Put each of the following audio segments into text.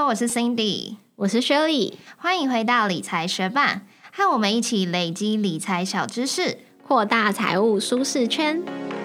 我是 Cindy， 我是 Shirley， 欢迎回到理财学伴，和我们一起累积理财小知识， 扩大财务舒适圈。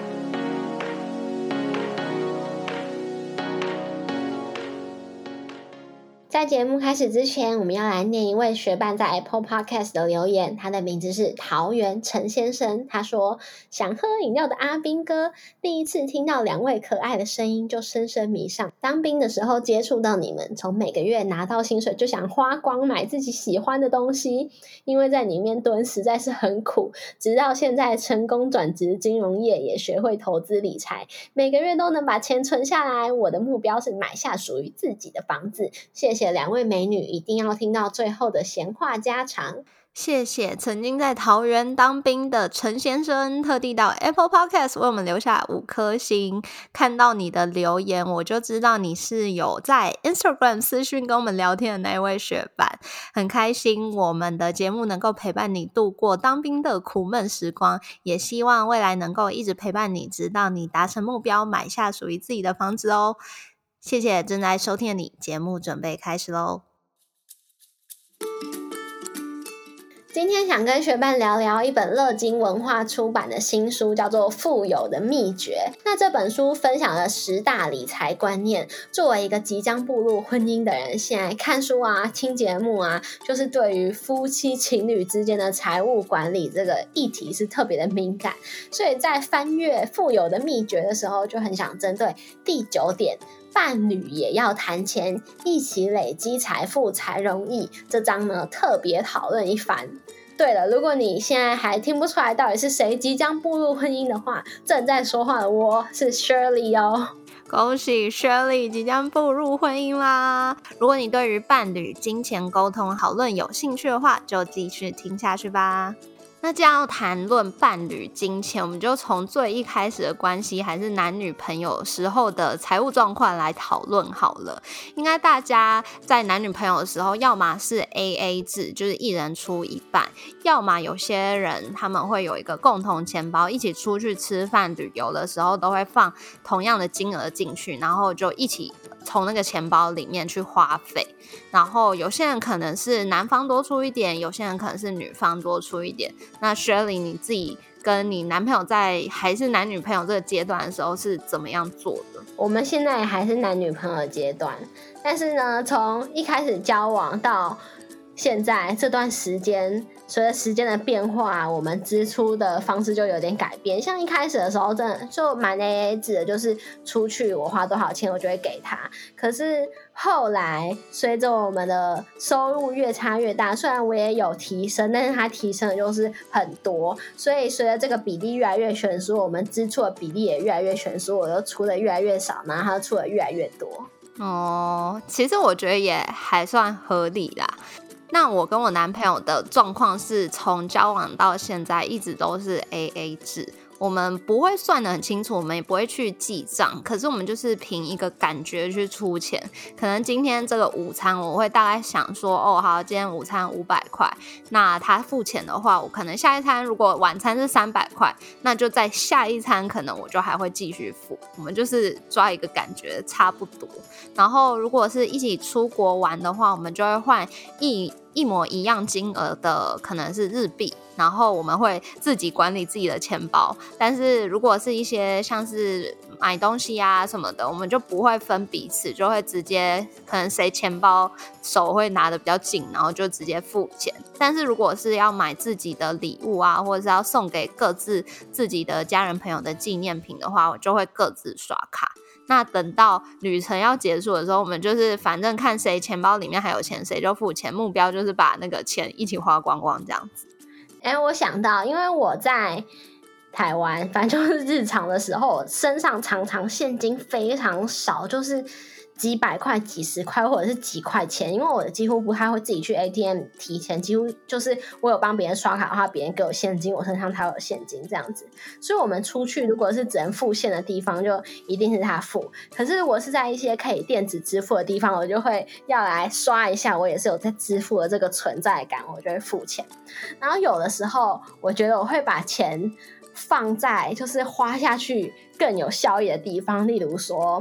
在节目开始之前，我们要来念一位学伴在 Apple Podcast 的留言，他的名字是桃园陈先生。他说，想喝饮料的阿兵哥，第一次听到两位可爱的声音就深深迷上。当兵的时候接触到你们，从每个月拿到薪水就想花光买自己喜欢的东西，因为在里面蹲实在是很苦，直到现在成功转职金融业，也学会投资理财，每个月都能把钱存下来。我的目标是买下属于自己的房子。谢谢两位美女，一定要听到最后的闲话家常。 谢谢曾经在桃园当兵的陈先生，特地到 Apple Podcast 为我们留下5颗星。看到你的留言，我就知道你是有在 Instagram 私讯跟我们聊天的那一位学伴，很开心我们的节目能够陪伴你度过当兵的苦闷时光，也希望未来能够一直陪伴你，直到你达成目标，买下属于自己的房子哦。谢谢正在收听的你，节目准备开始咯。 今天想跟学伴聊聊一本乐金文化出版的新书，叫做《富有的秘诀》。那这本书分享了10大理财观念，作为一个即将步入婚姻的人，现在看书啊、听节目啊，就是对于夫妻情侣之间的财务管理这个议题是特别的敏感，所以在翻阅《富有的秘诀》的时候，就很想针对第9点。伴侣也要谈钱，一起累积财富才容易。这章呢，特别讨论一番。对了，如果你现在还听不出来到底是谁即将步入婚姻的话，正在说话的我是 Shirley 哦。 恭喜 Shirley 即将步入婚姻啦！如果你对于伴侣、金钱沟通讨论有兴趣的话，就继续听下去吧。那既然要谈论伴侣金钱，我们就从最一开始的关系还是男女朋友时候的财务状况来讨论好了。应该大家在男女朋友的时候，要么是 AA 制，就是一人出一半，要么有些人他们会有一个共同钱包，一起出去吃饭旅游的时候都会放同样的金额进去，然后就一起从那个钱包里面去花费。然后有些人可能是男方多出一点，有些人可能是女方多出一点。那 Shirley 你自己跟你男朋友在还是男女朋友这个阶段的时候是怎么样做的？ 我们现在还是男女朋友的阶段，但是呢，从一开始交往到现在这段时间，随着时间的变化，我们支出的方式就有点改变。像一开始的时候，真的就蛮 AA 制的，就是出去我花多少钱，我就会给他。可是后来随着我们的收入越差越大，虽然我也有提升，但是它提升的就是很多，所以随着这个比例越来越悬殊，我们支出的比例也越来越悬殊，我就出的越来越少，然后他出的越来越多。 其实我觉得也还算合理啦。那我跟我男朋友的状况是从交往到现在一直都是 AA 制，我们不会算得很清楚，我们也不会去记账，可是我们就是凭一个感觉去出钱。可能今天这个午餐我会大概想说，好，今天午餐500块，那他付钱的话，我可能下一餐如果晚餐是300块，那就在下一餐可能我就还会继续付，我们就是抓一个感觉差不多。然后如果是一起出国玩的话，我们就会换一模一样金额的可能是日币，然后我们会自己管理自己的钱包。但是如果是一些像是买东西啊什么的，我们就不会分彼此，就会直接可能谁钱包手会拿得比较紧，然后就直接付钱。但是如果是要买自己的礼物啊，或者是要送给各自自己的家人朋友的纪念品的话，我就会各自刷卡。那等到旅程要结束的时候，我们就是反正看谁钱包里面还有钱谁就付钱，目标就是把那个钱一起花光光这样子。 我想到因为我在台湾反正就是日常的时候，我身上常常现金非常少，就是几百块、几十块或者是几块钱，因为我几乎不太会自己去 ATM 提钱，几乎就是我有帮别人刷卡的话，别人给我现金，我身上才有现金这样子。所以我们出去如果是只能付现的地方，就一定是他付。可是我是在一些可以电子支付的地方，我就会要来刷一下，我也是有在支付的这个存在感，我就会付钱。然后有的时候我觉得我会把钱放在就是花下去更有效益的地方，例如说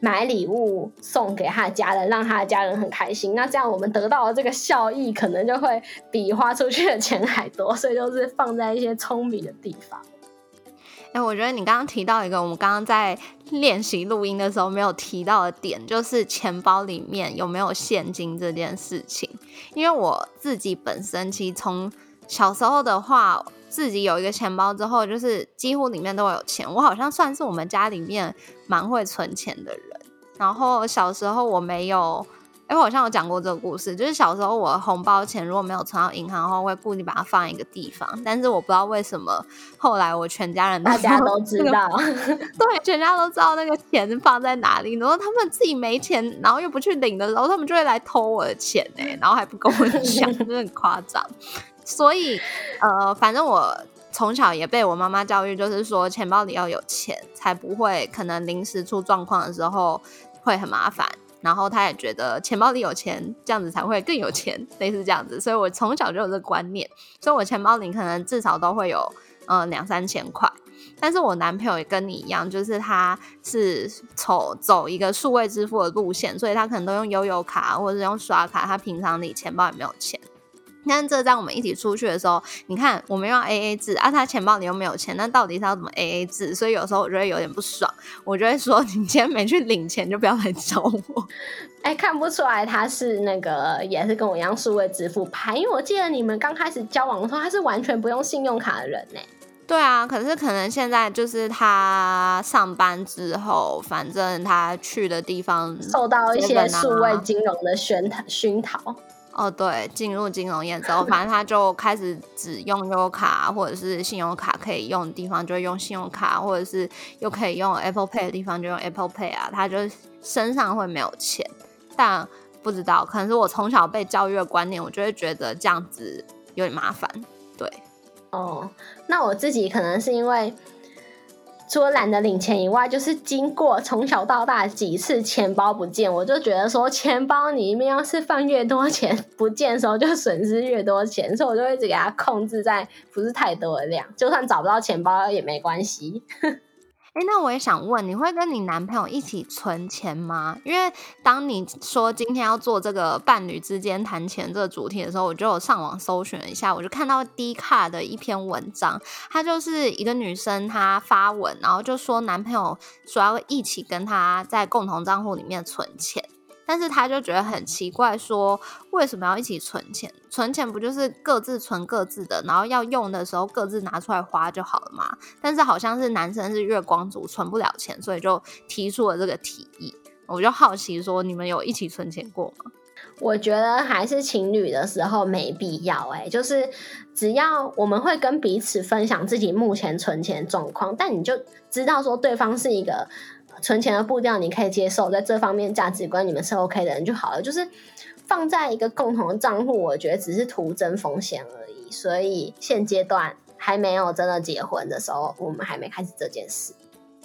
买礼物送给他的家人，让他的家人很开心。那这样我们得到的这个效益可能就会比花出去的钱还多，所以就是放在一些聪明的地方。 我觉得你刚刚提到一个我们刚刚在练习录音的时候没有提到的点，就是钱包里面有没有现金这件事情。因为我自己本身其实从小时候的话，自己有一个钱包之后，就是几乎里面都有钱。我好像算是我们家里面蛮会存钱的人。然后小时候我没有，我好像有讲过这个故事，就是小时候我红包钱如果没有存到银行的话，我会故意把它放一个地方，但是我不知道为什么后来我全家人大家都知道对，全家都知道那个钱放在哪里，然后他们自己没钱，然后又不去领的时候，他们就会来偷我的钱然后还不跟我讲，真的很夸张。所以反正我从小也被我妈妈教育，就是说钱包里要有钱，才不会可能临时出状况的时候会很麻烦。然后他也觉得钱包里有钱，这样子才会更有钱，类似这样子。所以我从小就有这个观念，所以我钱包里可能至少都会有2-3千块。但是我男朋友也跟你一样，就是他是走一个数位支付的路线，所以他可能都用悠游卡或者是用刷卡，他平常里钱包也没有钱。但是这在我们一起出去的时候，你看我们用 AA 制啊，他钱包里又没有钱，那到底是要怎么 AA 制？所以有时候我就会有点不爽，我就会说你今天没去领钱就不要来找我。 看不出来他是那个也是跟我一样数位支付派，因为我记得你们刚开始交往的时候，他是完全不用信用卡的人对啊，可是可能现在就是他上班之后，反正他去的地方受到一些数位金融的熏陶。 对，进入金融业之后，反正他就开始只用悠游卡或者是信用卡可以用的地方就会用信用卡，或者是又可以用 Apple Pay 的地方就用 Apple Pay 啊，他就身上会没有钱。但不知道，可能是我从小被教育的观念，我就会觉得这样子有点麻烦。对， 那我自己可能是因为除了懒得领钱以外，就是经过从小到大几次钱包不见，我就觉得说钱包里面要是放越多钱，不见的时候就损失越多钱，所以我就一直给它控制在不是太多的量，就算找不到钱包也没关系。 那我也想问，你会跟你男朋友一起存钱吗？因为当你说今天要做这个伴侣之间谈钱这个主题的时候，我就有上网搜寻了一下，我就看到 Dcard 的一篇文章，她就是一个女生，她发文，然后就说男朋友说要一起跟她在共同账户里面存钱。但是他就觉得很奇怪，说为什么要一起存钱？存钱不就是各自存各自的，然后要用的时候各自拿出来花就好了嘛？但是好像是男生是月光族，存不了钱，所以就提出了这个提议。我就好奇说，你们有一起存钱过吗？ 我觉得还是情侣的时候没必要就是只要我们会跟彼此分享自己目前存钱状况，但你就知道说对方是一个存钱的步调你可以接受，在这方面价值观你们是 OK 的人就好了。就是放在一个共同的账户，我觉得只是徒增风险而已。所以现阶段还没有真的结婚的时候，我们还没开始这件事。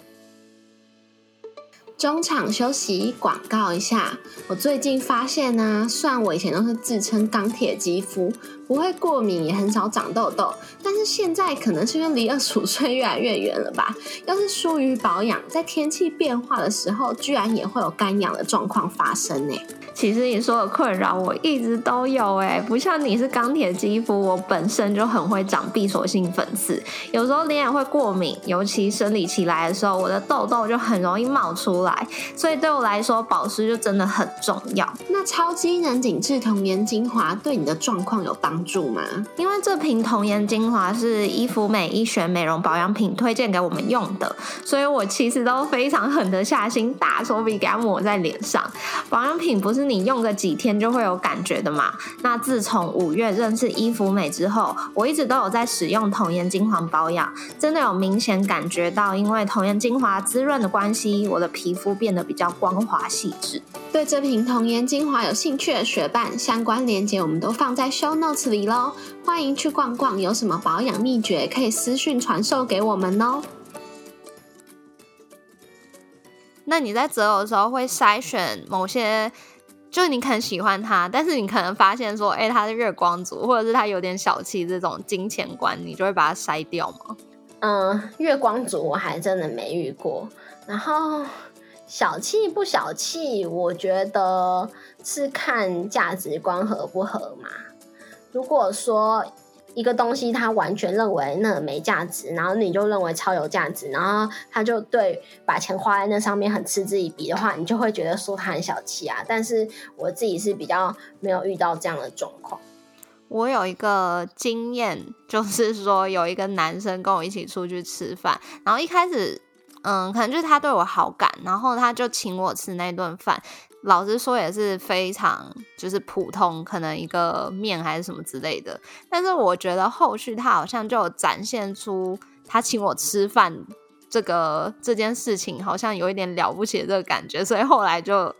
中场休息广告一下，我最近发现呢，虽然我以前都是自称钢铁肌肤，不会过敏，也很少长痘痘，但是现在可能是因为离25岁越来越远了吧，要是疏于保养，在天气变化的时候，居然也会有干痒的状况发生其实你说的困扰我一直都有不像你是钢铁肌肤，我本身就很会长闭锁性粉刺，有时候脸也会过敏，尤其生理期来的时候，我的痘痘就很容易冒出来，所以对我来说保湿就真的很重要。 那超机能紧致童颜精华对你的状况有帮助吗？ 因为这瓶童颜精华是伊芙美医学美容保养品推荐给我们用的，所以我其实都非常狠得下心，大手笔给它抹在脸上。保养品不是你用个几天就会有感觉的嘛？那自从5月认识伊芙美之后，我一直都有在使用童颜精华保养，真的有明显感觉到，因为童颜精华滋润的关系，我的皮肤变得比较光滑细致。 对这瓶童颜精华有兴趣的学伴，相关链接我们都放在 show notes 里咯，欢迎去逛逛，有什么保养秘诀可以私讯传授给我们哦。 那你在择偶的时候会筛选某些，就是你可能喜欢他，但是你可能发现说他是月光族，或者是他有点小气这种金钱观，你就会把他筛掉吗？ 月光族我还真的没遇过，然后小气不小气，我觉得是看价值观合不合嘛。如果说一个东西他完全认为那没价值，然后你就认为超有价值，然后他就对把钱花在那上面很嗤之以鼻的话，你就会觉得说他很小气啊。但是我自己是比较没有遇到这样的状况。 我有一个经验，就是说有一个男生跟我一起出去吃饭，然后一开始可能就是他对我好感，然后他就请我吃那顿饭，老实说也是非常就是普通，可能一个面还是什么之类的，但是我觉得后续他好像就有展现出他请我吃饭这件事情好像有一点了不起的这个感觉，所以后来就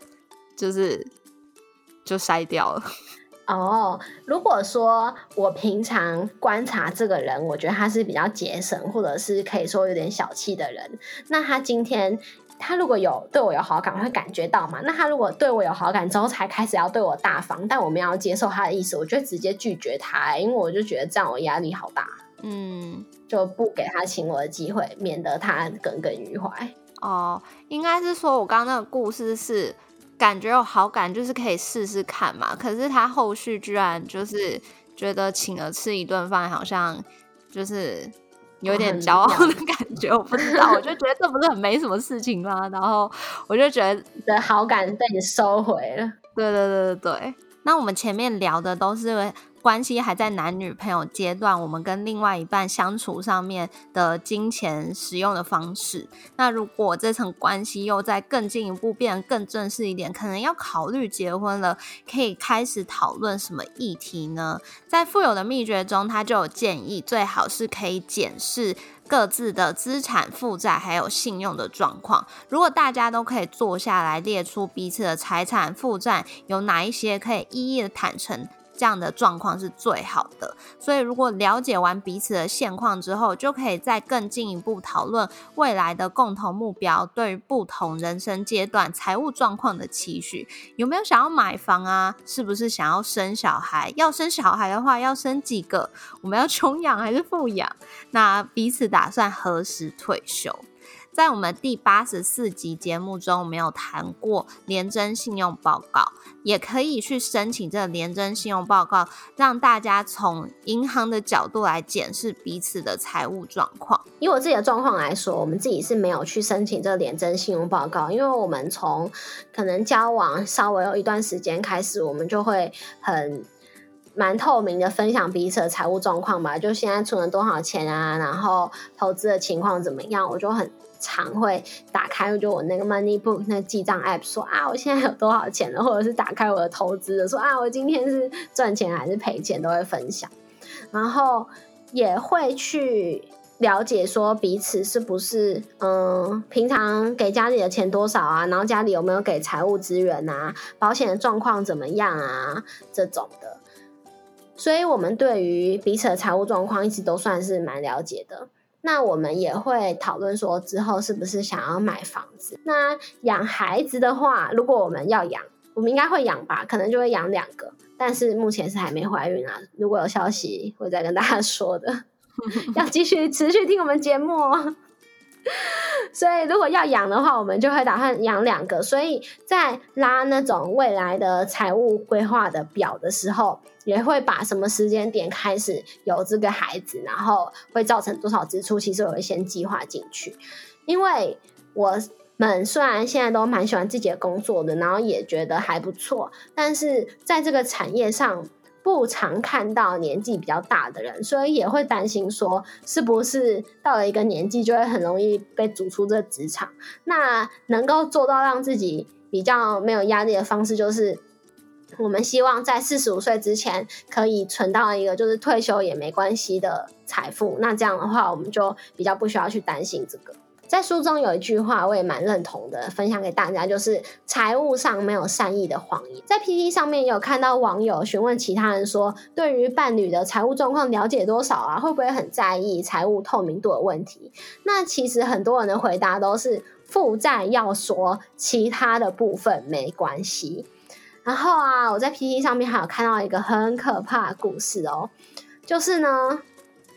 筛掉了。 如果说我平常观察这个人，我觉得他是比较节省，或者是可以说有点小气的人，那他今天他如果有对我有好感，我会感觉到嘛。那他如果对我有好感之后才开始要对我大方，但我们要接受他的意思，我就直接拒绝他，因为我就觉得这样我压力好大。就不给他请我的机会，免得他耿耿于怀。 应该是说我刚刚那个故事是感觉有好感，就是可以试试看嘛。可是他后续居然就是觉得请了吃一顿饭，好像就是有点骄傲的感觉。我不知道，我就觉得这不是很没什么事情吗？然后我就觉得的好感被你收回了。 对。那我们前面聊的都是关系还在男女朋友阶段，我们跟另外一半相处上面的金钱使用的方式。那如果这层关系又再更进一步变得更正式一点，可能要考虑结婚了，可以开始讨论什么议题呢？在富有的秘诀中，他就有建议，最好是可以检视各自的资产负债还有信用的状况。如果大家都可以坐下来列出彼此的财产负债有哪一些可以一一的坦诚，这样的状况是最好的。所以如果了解完彼此的现况之后，就可以再更进一步讨论未来的共同目标，对于不同人生阶段财务状况的期许。有没有想要买房啊？是不是想要生小孩？要生小孩的话要生几个？我们要穷养还是富养？那彼此打算何时退休？在我们第84集节目中，我们有谈过联征信用报告，也可以去申请这个联征信用报告，让大家从银行的角度来检视彼此的财务状况。 以我自己的状况来说，我们自己是没有去申请这个联征信用报告，因为我们从可能交往稍微有一段时间开始，我们就会蛮透明的分享彼此的财务状况吧，就现在存了多少钱啊，然后投资的情况怎么样，我就很常会打开就我那个 Money Book 那记账 App 说我现在有多少钱了，或者是打开我的投资的说我今天是赚钱还是赔钱，都会分享。然后也会去了解说彼此是不是平常给家里的钱多少啊，然后家里有没有给财务资源啊，保险的状况怎么样啊，这种的。所以我们对于彼此的财务状况一直都算是蛮了解的。那我们也会讨论说之后是不是想要买房子。那养孩子的话，如果我们要养，我们应该会养吧，可能就会养2个，但是目前是还没怀孕啊，如果有消息会再跟大家说的。要继续持续听我们节目哦。所以如果要养的话，我们就会打算养2个。所以在拉那种未来的财务规划的表的时候，也会把什么时间点开始有这个孩子，然后会造成多少支出，其实我会先计划进去。因为我们虽然现在都蛮喜欢自己的工作的，然后也觉得还不错，但是在这个产业上不常看到年纪比较大的人，所以也会担心说是不是到了一个年纪就会很容易被逐出这个职场。那能够做到让自己比较没有压力的方式，就是我们希望在45岁之前可以存到一个就是退休也没关系的财富，那这样的话我们就比较不需要去担心这个。在书中有一句话我也蛮认同的，分享给大家，就是财务上没有善意的谎言。在 PT 上面也有看到网友询问其他人说，对于伴侣的财务状况了解多少啊，会不会很在意财务透明度的问题。那其实很多人的回答都是负债要说，其他的部分没关系。然后我在 PT 上面还有看到一个很可怕的故事哦，就是呢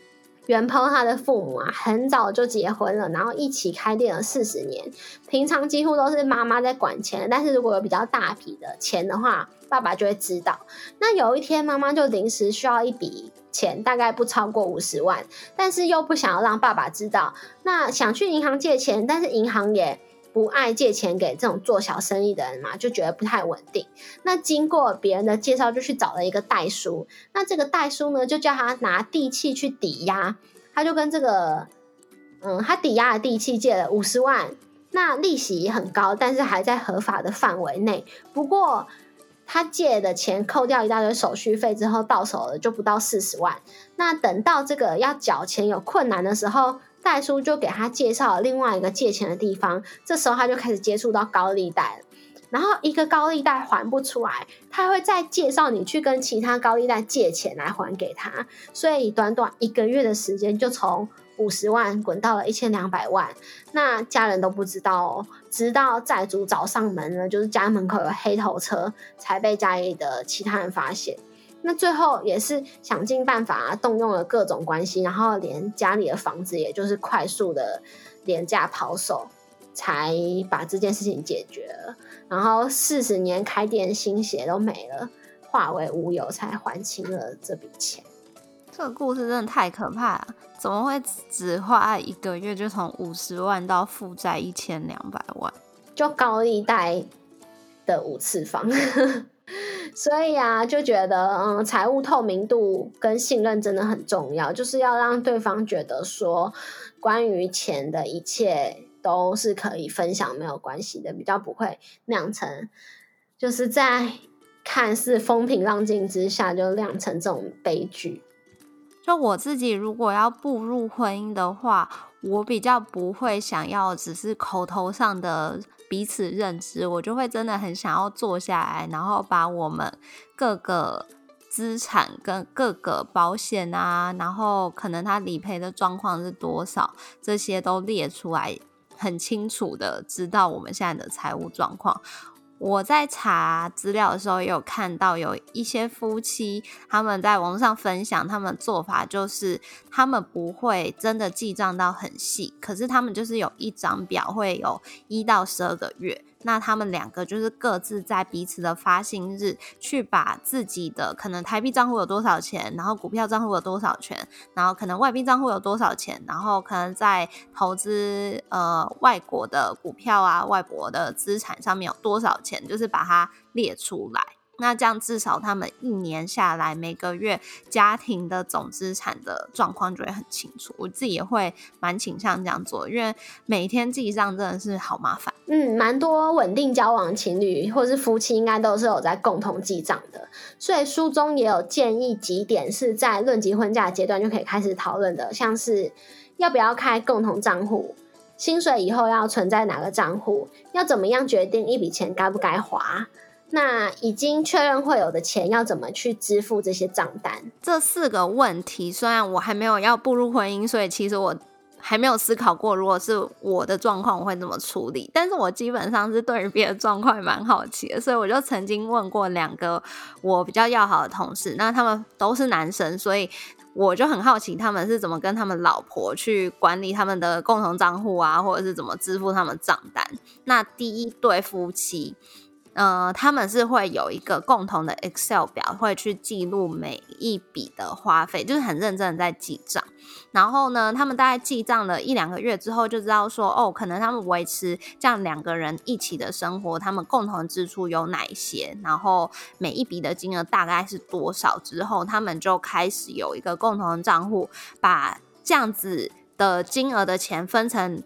元抛他的父母啊，很早就结婚了，然后一起开店了40年，平常几乎都是妈妈在管钱，但是如果有比较大笔的钱的话，爸爸就会知道。那有一天妈妈就临时需要一笔钱，大概不超过50万，但是又不想要让爸爸知道，那想去银行借钱，但是银行也不爱借钱给这种做小生意的人嘛，就觉得不太稳定。那经过别人的介绍，就去找了一个代书。那这个代书呢，就叫他拿地契去抵押。他就跟这个，他抵押的地契借了50万，那利息也很高，但是还在合法的范围内。不过他借的钱扣掉一大堆手续费之后，到手了就不到40万。那等到这个要缴钱有困难的时候，代书就给他介绍了另外一个借钱的地方，这时候他就开始接触到高利贷了。然后一个高利贷还不出来，他会再介绍你去跟其他高利贷借钱来还给他，所以短短1个月的时间就从50万滚到了1200万。那家人都不知道哦，直到债主找上门了，就是家门口有黑头车，才被家里的其他人发现。那最后也是想尽办法动用了各种关系，然后连家里的房子也就是快速的廉价抛售，才把这件事情解决了。然后40年开店心血都没了，化为乌有，才还清了这笔钱。 这个故事真的太可怕了，怎么会只花1个月就从50万到负债1200万？ 就高利贷的5次方。所以啊，就觉得财务透明度跟信任真的很重要，就是要让对方觉得说关于钱的一切都是可以分享没有关系的，比较不会酿成就是在看似风平浪静之下就酿成这种悲剧。 就我自己如果要步入婚姻的话，我比较不会想要只是口头上的彼此认知，我就会真的很想要坐下来，然后把我们各个资产跟各个保险啊，然后可能他理赔的状况是多少，这些都列出来，很清楚的知道我们现在的财务状况。我在查资料的时候也有看到有一些夫妻他们在网络上分享，他们做法就是他们不会真的记账到很细，可是他们就是有一张表会有1到12个月，那他们2个就是各自在彼此的发薪日去把自己的可能台币账户有多少钱，然后股票账户有多少钱，然后可能外币账户有多少钱，然后可能在投资外国的股票啊，外国的资产上面有多少钱，就是把它列出来。那这样至少他们1年下来每个月家庭的总资产的状况就会很清楚。我自己也会蛮倾向这样做，因为每天记账真的是好麻烦。 蛮多稳定交往情侣或是夫妻应该都是有在共同记账的，所以书中也有建议几点是在论及婚嫁阶段就可以开始讨论的，像是要不要开共同账户，薪水以后要存在哪个账户，要怎么样决定一笔钱该不该花，那已经确认会有的钱要怎么去支付这些账单。 这4个问题虽然我还没有要步入婚姻，所以其实我还没有思考过如果是我的状况我会怎么处理，但是我基本上是对于别的状况蛮好奇的，所以我就曾经问过2个我比较要好的同事，那他们都是男生，所以我就很好奇他们是怎么跟他们老婆去管理他们的共同账户啊，或者是怎么支付他们账单。那第一对夫妻他们是会有一个共同的 Excel 表，会去记录每一笔的花费，就是很认真的在记账。然后呢，他们大概记账了1-2个月之后，就知道说可能他们维持这样2个人一起的生活，他们共同的支出有哪一些，然后每一笔的金额大概是多少之后，他们就开始有一个共同的账户，把这样子的金额的钱分成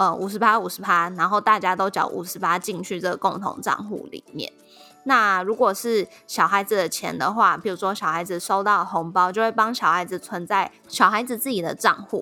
50%，然后大家都缴50%进去这个共同账户里面。那如果是小孩子的钱的话，比如说小孩子收到红包，就会帮小孩子存在小孩子自己的账户。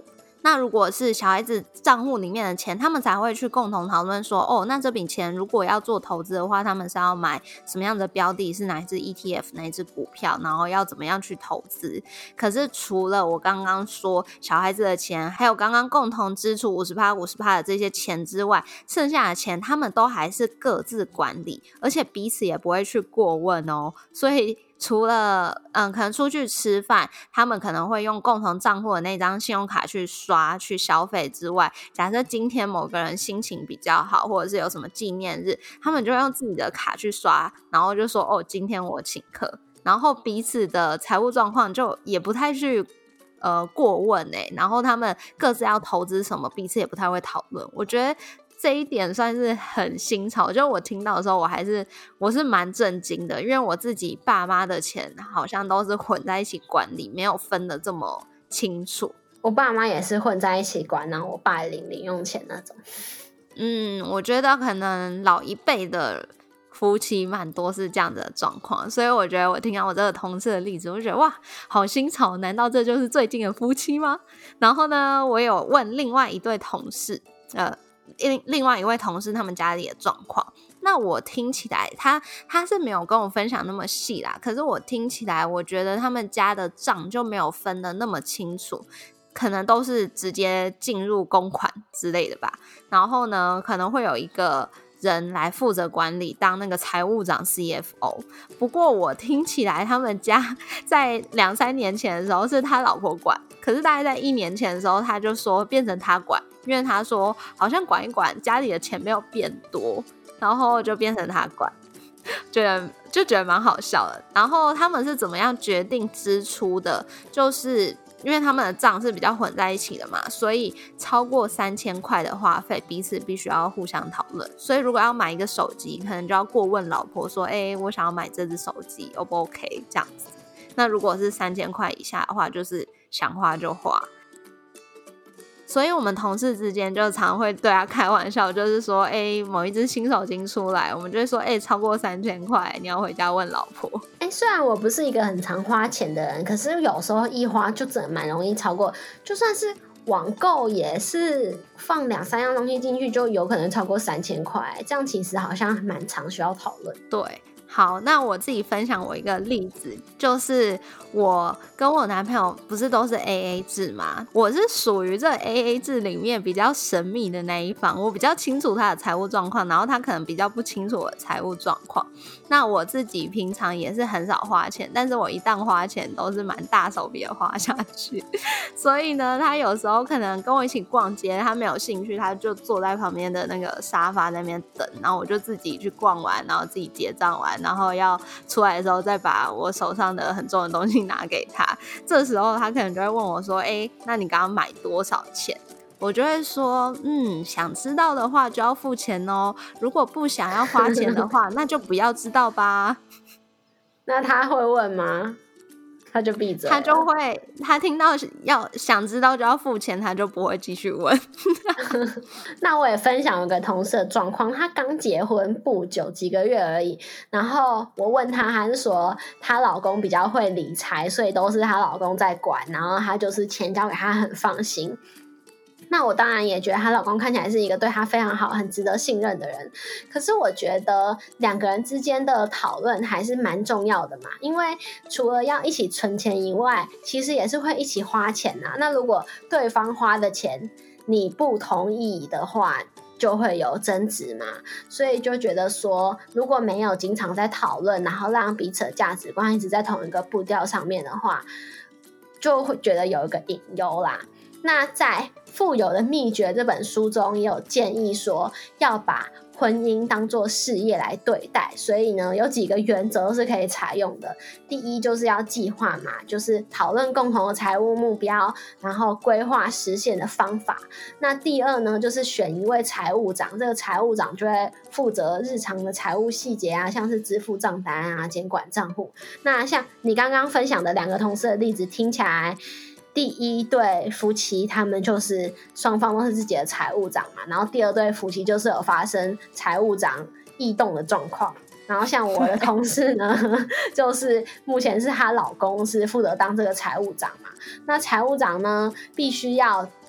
那如果是小孩子账户里面的钱，他们才会去共同讨论说，哦，那这笔钱如果要做投资的话，他们是要买什么样的标的，是哪一支 ETF 哪一支股票，然后要怎么样去投资。可是除了我刚刚说小孩子的钱，还有刚刚共同支出 50% 的这些钱之外，剩下的钱他们都还是各自管理，而且彼此也不会去过问哦。所以除了可能出去吃饭，他们可能会用共同账户的那张信用卡去刷去消费之外，假设今天某个人心情比较好，或者是有什么纪念日，他们就用自己的卡去刷，然后就说哦，今天我请客，然后彼此的财务状况就也不太去过问然后他们各自要投资什么，彼此也不太会讨论。我觉得这一点算是很新潮，就我听到的时候我是蛮震惊的，因为我自己爸妈的钱好像都是混在一起管理，没有分得这么清楚。 我爸妈也是混在一起管，然后我爸领零用钱那种。 我觉得可能老一辈的夫妻蛮多是这样子的状况，所以我觉得我听到我这个同事的例子，我就觉得哇，好新潮，难道这就是最近的夫妻吗？然后呢，我有问另外一对同事另外一位同事他们家里的状况，那我听起来他是没有跟我分享那么细啦，可是我听起来我觉得他们家的账就没有分得那么清楚，可能都是直接进入公款之类的吧，然后呢可能会有一个人来负责管理，当那个财务长 CFO。 不过我听起来他们家在2-3年前的时候是他老婆管，可是大概在1年前的时候他就说变成他管，因为他说好像管一管家里的钱没有变多，然后就变成他管，就觉得蛮好笑的。然后他们是怎么样决定支出的，就是因为他们的账是比较混在一起的嘛，所以超过3000块的花费彼此必须要互相讨论。所以如果要买一个手机，可能就要过问老婆说我想要买这只手机 O 不 OK 这样子。那如果是3000块以下的话，就是想花就花。所以我们同事之间就常会对他开玩笑，就是说某一只新手机出来，我们就会说超过3000块你要回家问老婆。 虽然我不是一个很常花钱的人，可是有时候一花就真的蛮容易超过，就算是网购也是放2-3样东西进去就有可能超过3000块，这样其实好像蛮常需要讨论。 对，好，那我自己分享我一个例子，就是我跟我男朋友不是都是 AA 制吗？我是属于这 AA 制里面比较神秘的那一方，我比较清楚他的财务状况，然后他可能比较不清楚我的财务状况。那我自己平常也是很少花钱，但是我一旦花钱都是蛮大手笔的花下去，所以呢他有时候可能跟我一起逛街，他没有兴趣，他就坐在旁边的那个沙发在那边等，然后我就自己去逛完，然后自己结账完，然后要出来的时候再把我手上的很重的东西拿给他。这时候他可能就会问我说那你刚刚买多少钱？我就会说想知道的话就要付钱哦，如果不想要花钱的话那就不要知道吧。 那他会问吗？他就闭嘴了。 他听到想知道就要付钱，他就不会继续问。 那我也分享有个同事的状况，她刚结婚不久，几个月而已，然后我问她，她是说她老公比较会理财，所以都是她老公在管，然后她就是钱交给她很放心。那我当然也觉得她老公看起来是一个对她非常好很值得信任的人，可是我觉得2个人之间的讨论还是蛮重要的嘛，因为除了要一起存钱以外，其实也是会一起花钱啊。那如果对方花的钱你不同意的话，就会有争执嘛，所以就觉得说如果没有经常在讨论，然后让彼此的价值观一直在同一个步调上面的话，就会觉得有一个隐忧啦。那在《富有的秘诀》这本书中也有建议说要把婚姻当作事业来对待，所以呢有几个原则是可以采用的。第一就是要计划嘛，就是讨论共同的财务目标，然后规划实现的方法。那第二呢就是选一位财务长，这个财务长就会负责日常的财务细节啊，像是支付账单啊，监管账户。那像你刚刚分享的2个同事的例子，听起来第一对夫妻他们就是双方都是自己的财务长嘛，然后第2对夫妻就是有发生财务长异动的状况。然后像我的同事呢就是目前是她老公是负责当这个财务长嘛，那财务长呢必须要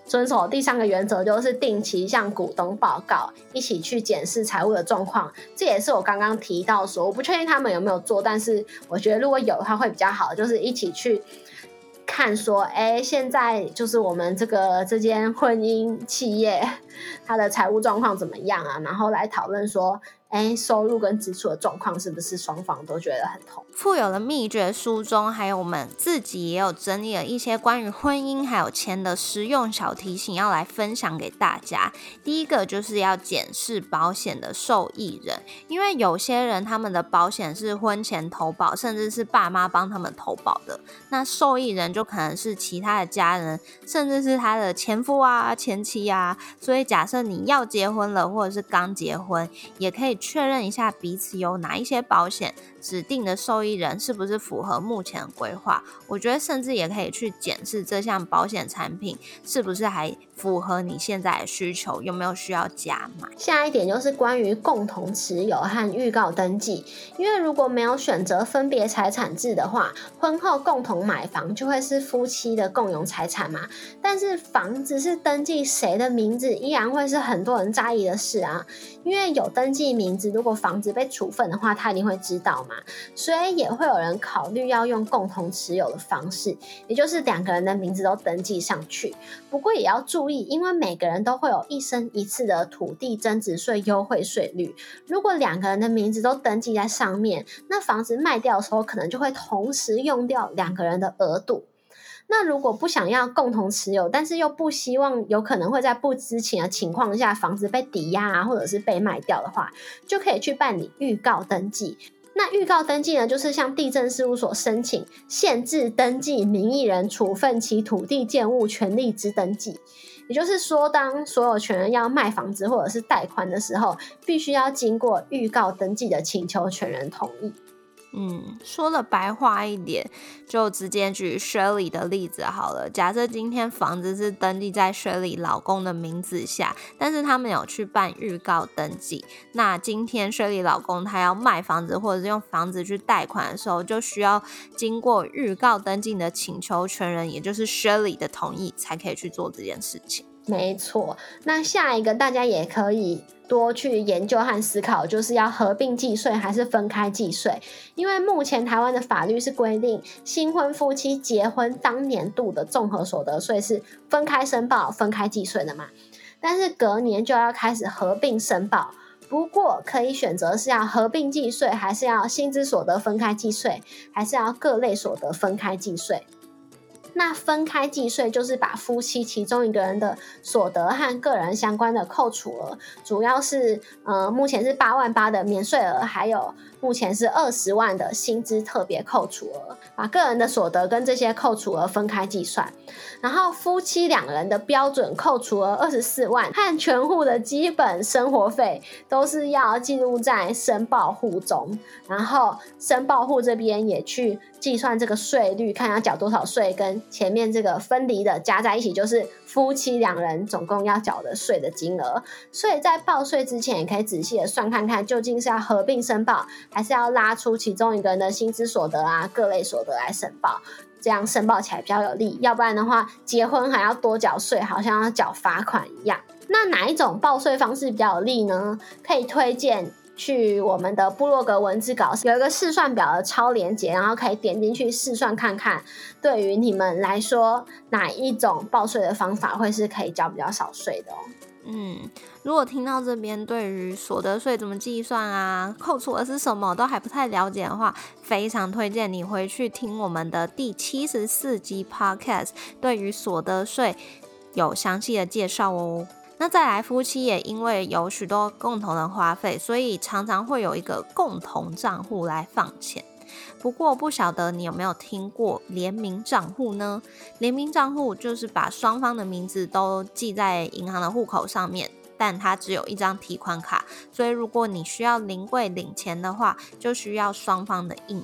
遵守第3个原则，就是定期向股东报告，一起去检视财务的状况。这也是我刚刚提到说，我不确定他们有没有做，但是我觉得如果有的话会比较好，就是一起去看说，现在就是我们这间婚姻企业它的财务状况怎么样啊，然后来讨论说收入跟支出的状况是不是双方都觉得很痛。 富有的秘诀书中，还有我们自己也有整理了一些关于婚姻还有钱的实用小提醒，要来分享给大家。第一个就是要检视保险的受益人，因为有些人他们的保险是婚前投保，甚至是爸妈帮他们投保的，那受益人就可能是其他的家人，甚至是他的前夫啊、前妻啊。所以假设你要结婚了，或者是刚结婚，也可以确认一下彼此有哪一些保险，指定的受益人是不是符合目前的规划。我觉得甚至也可以去检视这项保险产品是不是还符合你现在的需求，有没有需要加买。 下一点就是关于共同持有和预告登记，因为如果没有选择分别财产制的话，婚后共同买房就会是夫妻的共有财产嘛，但是房子是登记谁的名字依然会是很多人在意的事啊，因为有登记名字，如果房子被处分的话他一定会知道嘛，所以也会有人考虑要用共同持有的方式，也就是2个人的名字都登记上去。不过也要注意，因为每个人都会有一生一次的土地增值税优惠税率，如果2个人的名字都登记在上面，那房子卖掉的时候可能就会同时用掉2个人的额度。那如果不想要共同持有，但是又不希望有可能会在不知情的情况下房子被抵押啊，或者是被卖掉的话，就可以去办理预告登记。那预告登记呢，就是向地政事务所申请限制登记名义人处分其土地建物权利之登记。也就是说，当所有权人要卖房子或者是贷款的时候，必须要经过预告登记的请求权人同意。 说了白话一点，就直接举 Shirley 的例子好了。假设今天房子是登记在 Shirley 老公的名字下，但是他们有去办预告登记，那今天 Shirley 老公他要卖房子或者是用房子去贷款的时候，就需要经过预告登记的请求权人，也就是 Shirley 的同意，才可以去做这件事情。 没错，那下一个大家也可以多去研究和思考，就是要合并计税还是分开计税。因为目前台湾的法律是规定，新婚夫妻结婚当年度的综合所得税是分开申报、分开计税的嘛，但是隔年就要开始合并申报。不过可以选择是要合并计税，还是要薪资所得分开计税，还是要各类所得分开计税。那分开计税就是把夫妻其中一个人的所得和个人相关的扣除额，主要是目前是8万8的免税额，还有目前是20万的薪资特别扣除额，把个人的所得跟这些扣除额分开计算。然后夫妻2人的标准扣除额24万和全户的基本生活费都是要记录在申报户中，然后申报户这边也去计算这个税率，看要缴多少税，跟前面这个分离的加在一起，就是夫妻2人总共要缴的税的金额。所以在报税之前也可以仔细的算看看，究竟是要合并申报，还是要拉出其中一个人的薪资所得啊、各类所得来申报，这样申报起来比较有利。要不然的话，结婚还要多缴税，好像要缴罚款一样。那哪一种报税方式比较有利呢？可以推荐去我们的部落格文字稿有一个试算表的超连结，然后可以点进去试算看看，对于你们来说哪一种报税的方法会是可以缴比较少税的哦。 如果听到这边对于所得税怎么计算啊、扣除额是什么都还不太了解的话，非常推荐你回去听我们的第74集 Podcast， 对于所得税有详细的介绍哦。那再来，夫妻也因为有许多共同的花费，所以常常会有一个共同账户来放钱。不过不晓得你有没有听过联名账户呢？联名账户就是把双方的名字都记在银行的户口上面，但它只有一张提款卡，所以如果你需要临柜领钱的话，就需要双方的印鉴。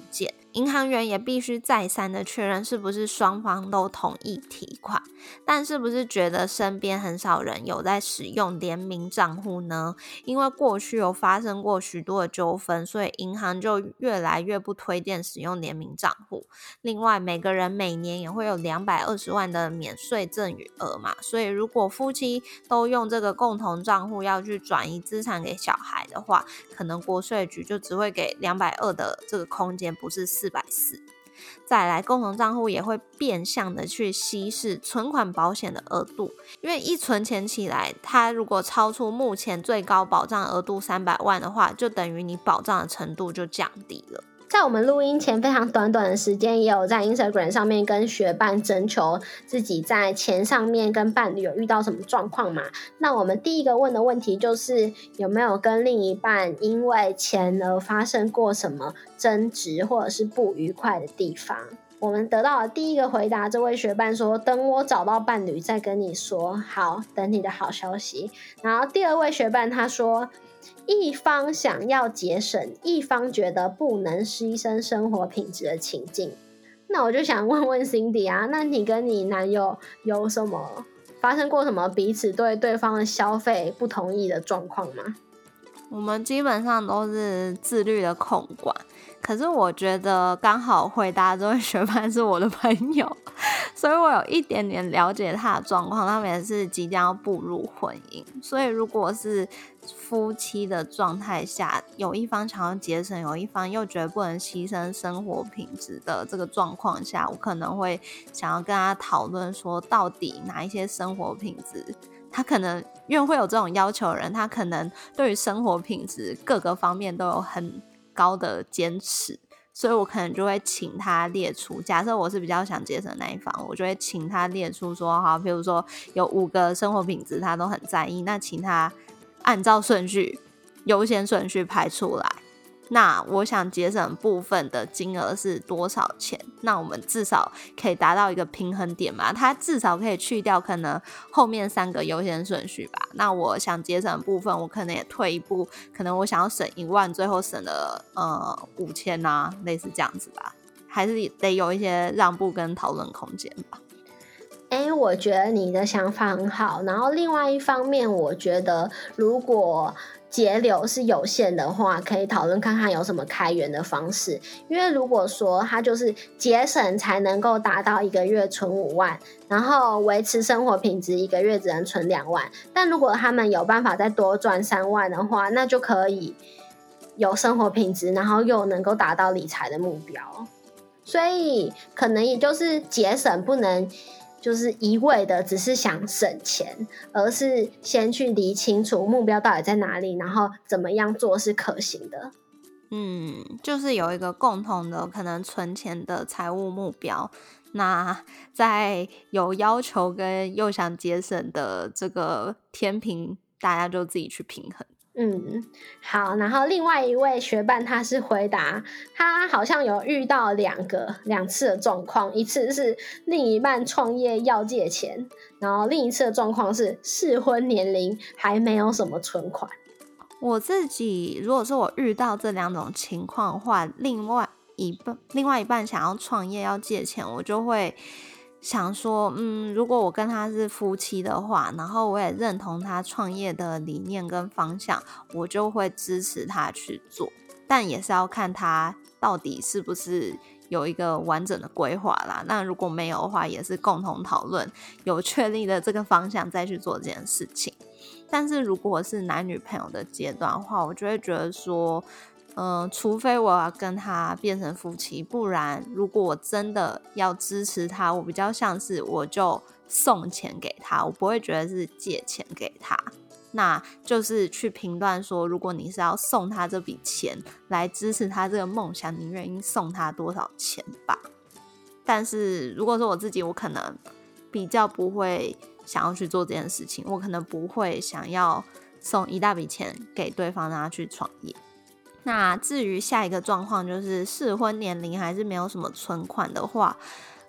银行员也必须再三的确认是不是双方都同意提款，但是不是觉得身边很少人有在使用联名账户呢？因为过去有发生过许多的纠纷，所以银行就越来越不推荐使用联名账户。另外，每个人每年也会有220万的免税赠与额嘛，所以如果夫妻都用这个共同账户要去转移资产给小孩的话，可能国税局就只会给220的这个空间，不是440。再来，共同账户也会变相的去稀释存款保险的额度，因为一存钱起来，它如果超出目前最高保障额度300万的话，就等于你保障的程度就降低了。 在我们录音前非常短的时间，也有在 Instagram 上面跟学伴征求自己在钱上面跟伴侣有遇到什么状况嘛。那我们第一个问的问题就是有没有跟另一半因为钱而发生过什么争执或者是不愉快的地方。我们得到了第一个回答，这位学伴说等我找到伴侣再跟你说，好，等你的好消息。然后第二位学伴他说一方想要节省，一方觉得不能牺牲生活品质的情境。那我就想问问 Cindy 啊，那你跟你男友有什么发生过什么彼此对对方的消费不同意的状况吗？ 我们基本上都是自律的控管，可是我觉得刚好回答这位学伴是我的朋友，所以我有一点点了解他的状况，他们也是即将要步入婚姻，所以如果是夫妻的状态下，有一方想要节省，有一方又觉得不能牺牲生活品质的这个状况下，我可能会想要跟他讨论说，到底哪一些生活品质他可能因为会有这种要求的人，他可能对于生活品质各个方面都有很高的坚持，所以我可能就会请他列出，假设我是比较想节省那一方，我就会请他列出说，好，比如说有5个生活品质他都很在意，那请他按照顺序优先顺序排出来，那我想节省部分的金额是多少钱，那我们至少可以达到一个平衡点嘛，它至少可以去掉可能后面3个优先顺序吧，那我想节省的部分我可能也退一步，可能我想要省1万，最后省了5000啊，类似这样子吧，还是得有一些让步跟讨论空间吧。 我觉得你的想法很好，然后另外一方面我觉得如果节流是有限的话，可以讨论看看有什么开源的方式，因为如果说它就是节省才能够达到1个月存5万，然后维持生活品质1个月只能存2万，但如果他们有办法再多赚3万的话，那就可以有生活品质，然后又能够达到理财的目标，所以可能也就是节省不能就是一味的只是想省钱，而是先去理清楚目标到底在哪里，然后怎么样做是可行的。 就是有一个共同的可能存钱的财务目标，那在有要求跟又想节省的这个天平，大家就自己去平衡。 好，然后另外一位学伴他是回答他好像有遇到两次的状况，一次是另一半创业要借钱，然后另一次的状况是适婚年龄还没有什么存款。 我自己如果是我遇到这2种情况的话，另外一半想要创业要借钱，我就会想说如果我跟他是夫妻的话，然后我也认同他创业的理念跟方向，我就会支持他去做，但也是要看他到底是不是有一个完整的规划啦，那如果没有的话，也是共同讨论有确立的这个方向再去做这件事情。但是如果是男女朋友的阶段的话，我就会觉得说除非我要跟他变成夫妻，不然如果我真的要支持他，我比较像是我就送钱给他，我不会觉得是借钱给他，那就是去评断说，如果你是要送他这笔钱来支持他这个梦想，你愿意送他多少钱吧。但是如果说我自己，我可能比较不会想要去做这件事情，我可能不会想要送一大笔钱给对方让他去创业。那至于下一个状况就是适婚年龄还是没有什么存款的话，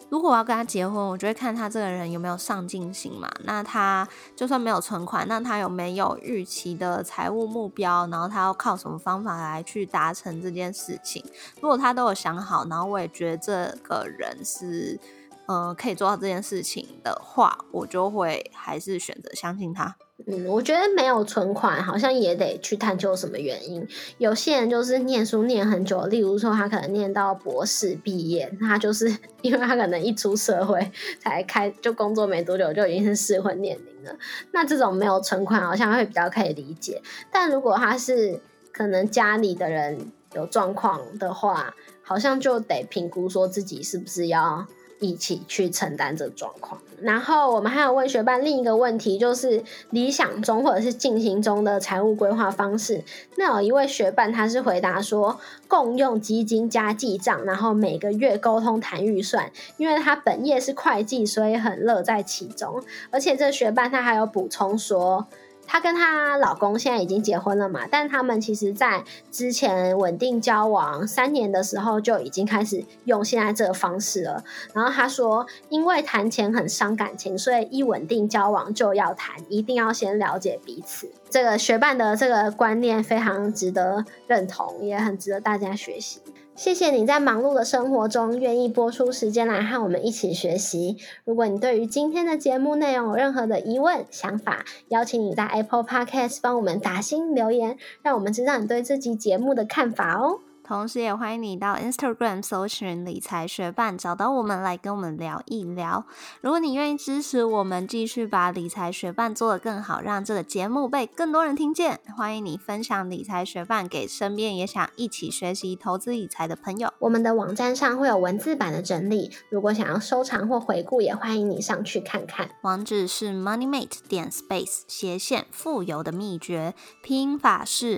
如果我要跟他结婚，我就会看他这个人有没有上进心嘛。那他就算没有存款，那他有没有预期的财务目标，然后他要靠什么方法来去达成这件事情。如果他都有想好，然后我也觉得这个人是可以做到这件事情的话，我就会还是选择相信他。 我觉得没有存款好像也得去探究什么原因。有些人就是念书念很久，例如说他可能念到博士毕业，他就是因为他可能一出社会才就工作没多久就已经是适婚年龄了，那这种没有存款好像会比较可以理解。但如果他是可能家里的人有状况的话，好像就得评估说自己是不是要一起去承担这个状况。然后我们还有问学伴另一个问题，就是理想中或者是进行中的财务规划方式。那有一位学伴他是回答说，共用基金加记账，然后每个月沟通谈预算，因为他本业是会计，所以很乐在其中。而且这学伴他还有补充说，她跟她老公现在已经结婚了嘛，但他们其实在之前稳定交往3年的时候就已经开始用现在这个方式了。然后她说，因为谈钱很伤感情，所以一稳定交往就要谈，一定要先了解彼此。这个学伴的这个观念非常值得认同，也很值得大家学习。谢谢你在忙碌的生活中愿意拨出时间来和我们一起学习。如果你对于今天的节目内容有任何的疑问、想法，邀请你在 Apple Podcast 帮我们打星留言，让我们知道你对这集节目的看法哦。 同时也欢迎你到 Instagram 搜寻理财学伴，找到我们来跟我们聊一聊。如果你愿意支持我们继续把理财学伴做得更好，让这个节目被更多人听见，欢迎你分享理财学伴给身边也想一起学习投资理财的朋友。 我们的网站上会有文字版的整理，如果想要收藏或回顾，也欢迎你上去看看。 网址是 moneymate.space/ 富有的秘诀，拼音法是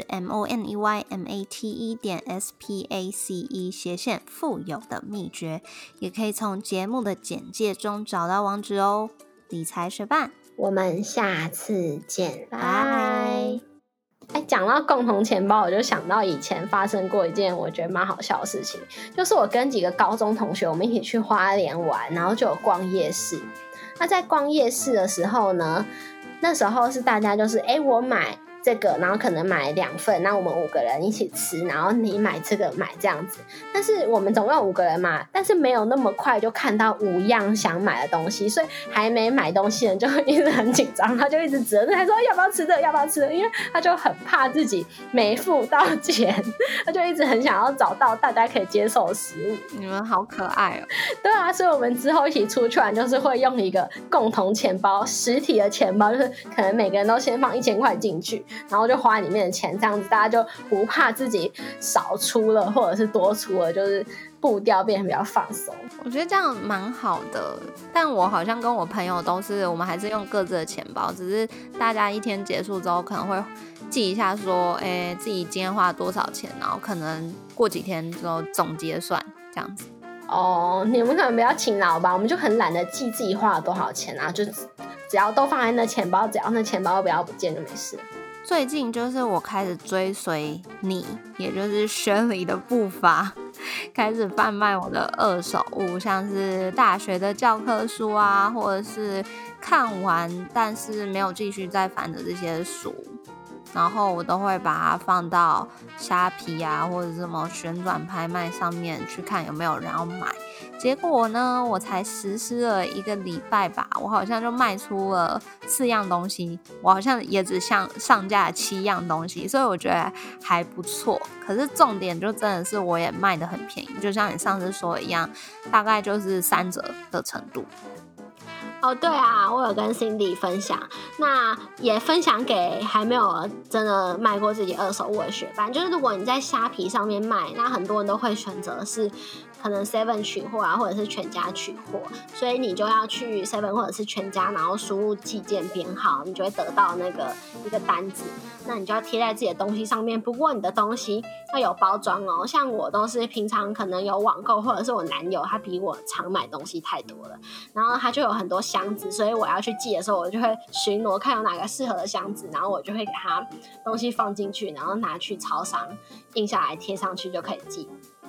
moneymate.space/ 富有的秘诀，也可以从节目的简介中找到网址哦。理财学伴， 我们下次见， 拜。 讲到共同钱包，我就想到以前发生过一件我觉得蛮好笑的事情，就是我跟几个高中同学，我们一起去花莲玩，然后就有逛夜市。那在逛夜市的时候呢，那时候是大家就是我买这个，然后可能买2份，那我们5个人一起吃，然后你买这个买这样子。但是我们总共5个人嘛，但是没有那么快就看到5样想买的东西，所以还没买东西的人就一直很紧张，他就一直指着他说要不要吃这个，要不要吃这个，因为他就很怕自己没付到钱，他就一直很想要找到大家可以接受的食物。 你们好可爱哦。 对啊，所以我们之后一起出去玩就是会用一个共同钱包，实体的钱包，就是可能每个人都先放1000块进去，然后就花里面的钱，这样子大家就不怕自己少出了或者是多出了，就是步调变得比较放松。 我觉得这样蛮好的，但我好像跟我朋友都是，我们还是用各自的钱包，只是大家一天结束之后可能会记一下说，自己今天花了多少钱，然后可能过几天之后总结算这样子。 哦，你们可能比较勤劳吧，我们就很懒得记自己花了多少钱啊，就只要都放在那钱包，只要那钱包不要不见就没事了。 最近就是我开始追随你，也就是Shirley的步伐，开始贩卖我的二手物，像是大学的教科书啊，或者是看完但是没有继续再翻的这些书，然后我都会把它放到虾皮啊，或者什么旋转拍卖上面去看有没有人要买。结果呢，我才实施了1个礼拜吧，我好像就卖出了4样东西，我好像也只上架了7样东西，所以我觉得还不错。可是重点就真的是我也卖得很便宜，就像你上次说的一样，大概就是3折的程度。 哦，对啊，我有跟 Cindy 分享，那也分享给还没有真的卖过自己二手物的学伴，就是如果你在虾皮上面卖，那很多人都会选择是可能 Seven 取货啊，或者是全家取货，所以你就要去 Seven 或者是全家，然后输入寄件编号，你就会得到那个一个单子，那你就要贴在自己的东西上面。不过你的东西要有包装哦，像我都是平常可能有网购，或者是我男友他比我常买东西太多了，然后他就有很多箱子，所以我要去寄的时候，我就会巡逻看有哪个适合的箱子，然后我就会给他东西放进去，然后拿去超商印下来贴上去就可以寄。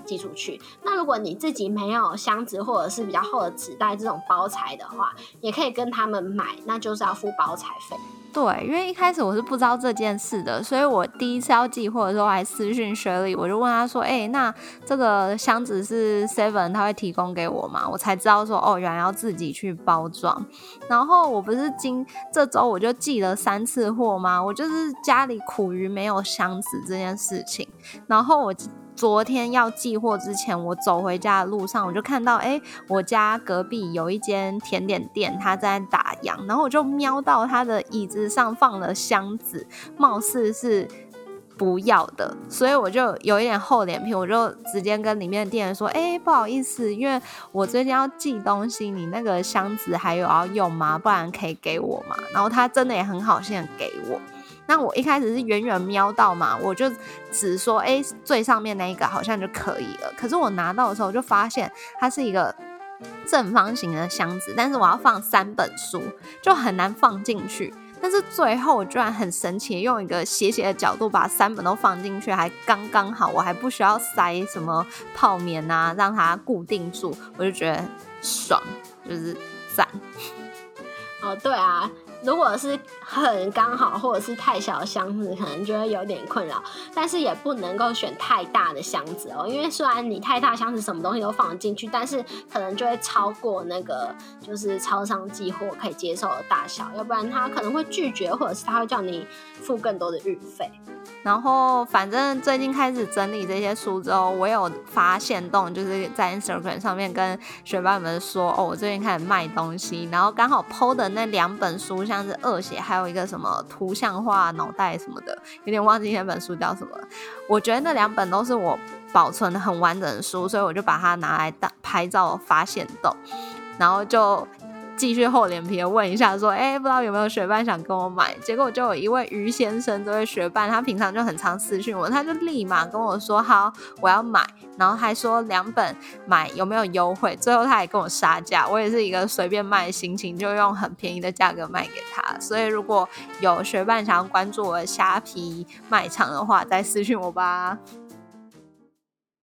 寄出去。那如果你自己没有箱子或者是比较厚的纸袋这种包材的话，也可以跟他们买，那就是要付包材费。 对，因为一开始我是不知道这件事的，所以我第一次要寄货的时候还私讯Shirley，我就问他说那这个箱子是 Seven 他会提供给我吗？我才知道说原来要自己去包装。然后我不是这周我就寄了3次货吗？我就是家里苦于没有箱子这件事情。然后我昨天要寄货之前，我走回家的路上，我就看到我家隔壁有一间甜点店，他在打烊，然后我就瞄到他的椅子上放了箱子，貌似是不要的，所以我就有一点厚脸皮，我就直接跟里面的店员说不好意思，因为我最近要寄东西，你那个箱子还有要用吗？不然可以给我吗？然后他真的也很好心的给我。那我一开始是远远瞄到嘛，我就只说最上面那一个好像就可以了。可是我拿到的时候就发现它是一个正方形的箱子，但是我要放3本书，就很难放进去。但是最后我居然很神奇的用一个斜斜的角度把3本都放进去，还刚刚好，我还不需要塞什么泡棉啊让它固定住，我就觉得爽，就是赞。 对啊，如果是很刚好或者是太小的箱子，可能就会有点困扰，但是也不能够选太大的箱子因为虽然你太大箱子什么东西都放得进去，但是可能就会超过那个就是超商寄货可以接受的大小，要不然他可能会拒绝，或者是他会叫你付更多的运费。 然后反正最近开始整理这些书之后，我有发现动，就是在 Instagram 上面跟学伴们说我最近开始卖东西，然后刚好 po 的那2本书，像是恶血还有一个什么图像化脑袋什么的，有点忘记那本书叫什么。我觉得那2本都是我保存的很完整的书，所以我就把它拿来拍照发现动，然后就继续厚脸皮的问一下说不知道有没有学伴想跟我买。结果就有一位于先生这位学伴，他平常就很常私讯我，他就立马跟我说好我要买，然后还说2本买有没有优惠，最后他还跟我杀价，我也是一个随便卖的心情，就用很便宜的价格卖给他。所以如果有学伴想要关注我的虾皮卖场的话，再私讯我吧。